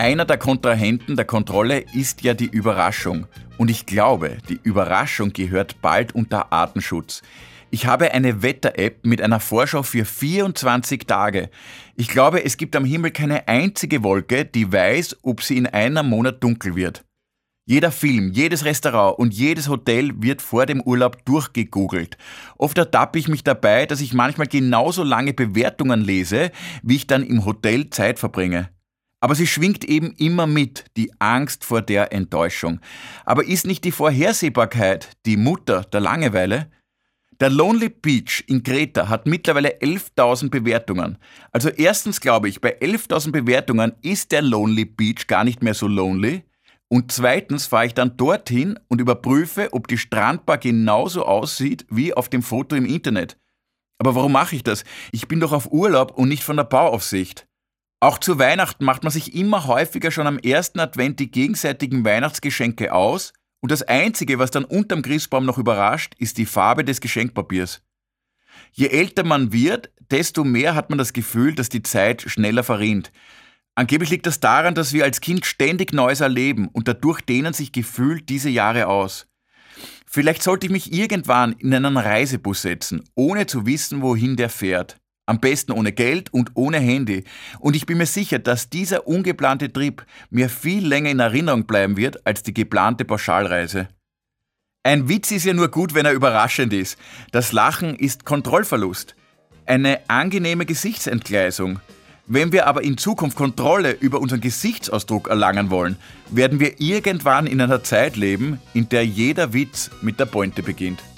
Einer der Kontrahenten der Kontrolle ist ja die Überraschung. Und ich glaube, die Überraschung gehört bald unter Artenschutz. Ich habe eine Wetter-App mit einer Vorschau für 24 Tage. Ich glaube, es gibt am Himmel keine einzige Wolke, die weiß, ob sie in einem Monat dunkel wird. Jeder Film, jedes Restaurant und jedes Hotel wird vor dem Urlaub durchgegoogelt. Oft ertappe ich mich dabei, dass ich manchmal genauso lange Bewertungen lese, wie ich dann im Hotel Zeit verbringe. Aber sie schwingt eben immer mit, die Angst vor der Enttäuschung. Aber ist nicht die Vorhersehbarkeit die Mutter der Langeweile? Der Lonely Beach in Kreta hat mittlerweile 11.000 Bewertungen. Also erstens glaube ich, bei 11.000 Bewertungen ist der Lonely Beach gar nicht mehr so lonely. Und zweitens fahre ich dann dorthin und überprüfe, ob die Strandbar genauso aussieht wie auf dem Foto im Internet. Aber warum mache ich das? Ich bin doch auf Urlaub und nicht von der Bauaufsicht. Auch zu Weihnachten macht man sich immer häufiger schon am ersten Advent die gegenseitigen Weihnachtsgeschenke aus. Und das Einzige, was dann unterm Christbaum noch überrascht, ist die Farbe des Geschenkpapiers. Je älter man wird, desto mehr hat man das Gefühl, dass die Zeit schneller verrinnt. Angeblich liegt das daran, dass wir als Kind ständig Neues erleben und dadurch dehnen sich gefühlt diese Jahre aus. Vielleicht sollte ich mich irgendwann in einen Reisebus setzen, ohne zu wissen, wohin der fährt. Am besten ohne Geld und ohne Handy. Und ich bin mir sicher, dass dieser ungeplante Trip mir viel länger in Erinnerung bleiben wird als die geplante Pauschalreise. Ein Witz ist ja nur gut, wenn er überraschend ist. Das Lachen ist Kontrollverlust. Eine angenehme Gesichtsentgleisung. Wenn wir aber in Zukunft Kontrolle über unseren Gesichtsausdruck erlangen wollen, werden wir irgendwann in einer Zeit leben, in der jeder Witz mit der Pointe beginnt.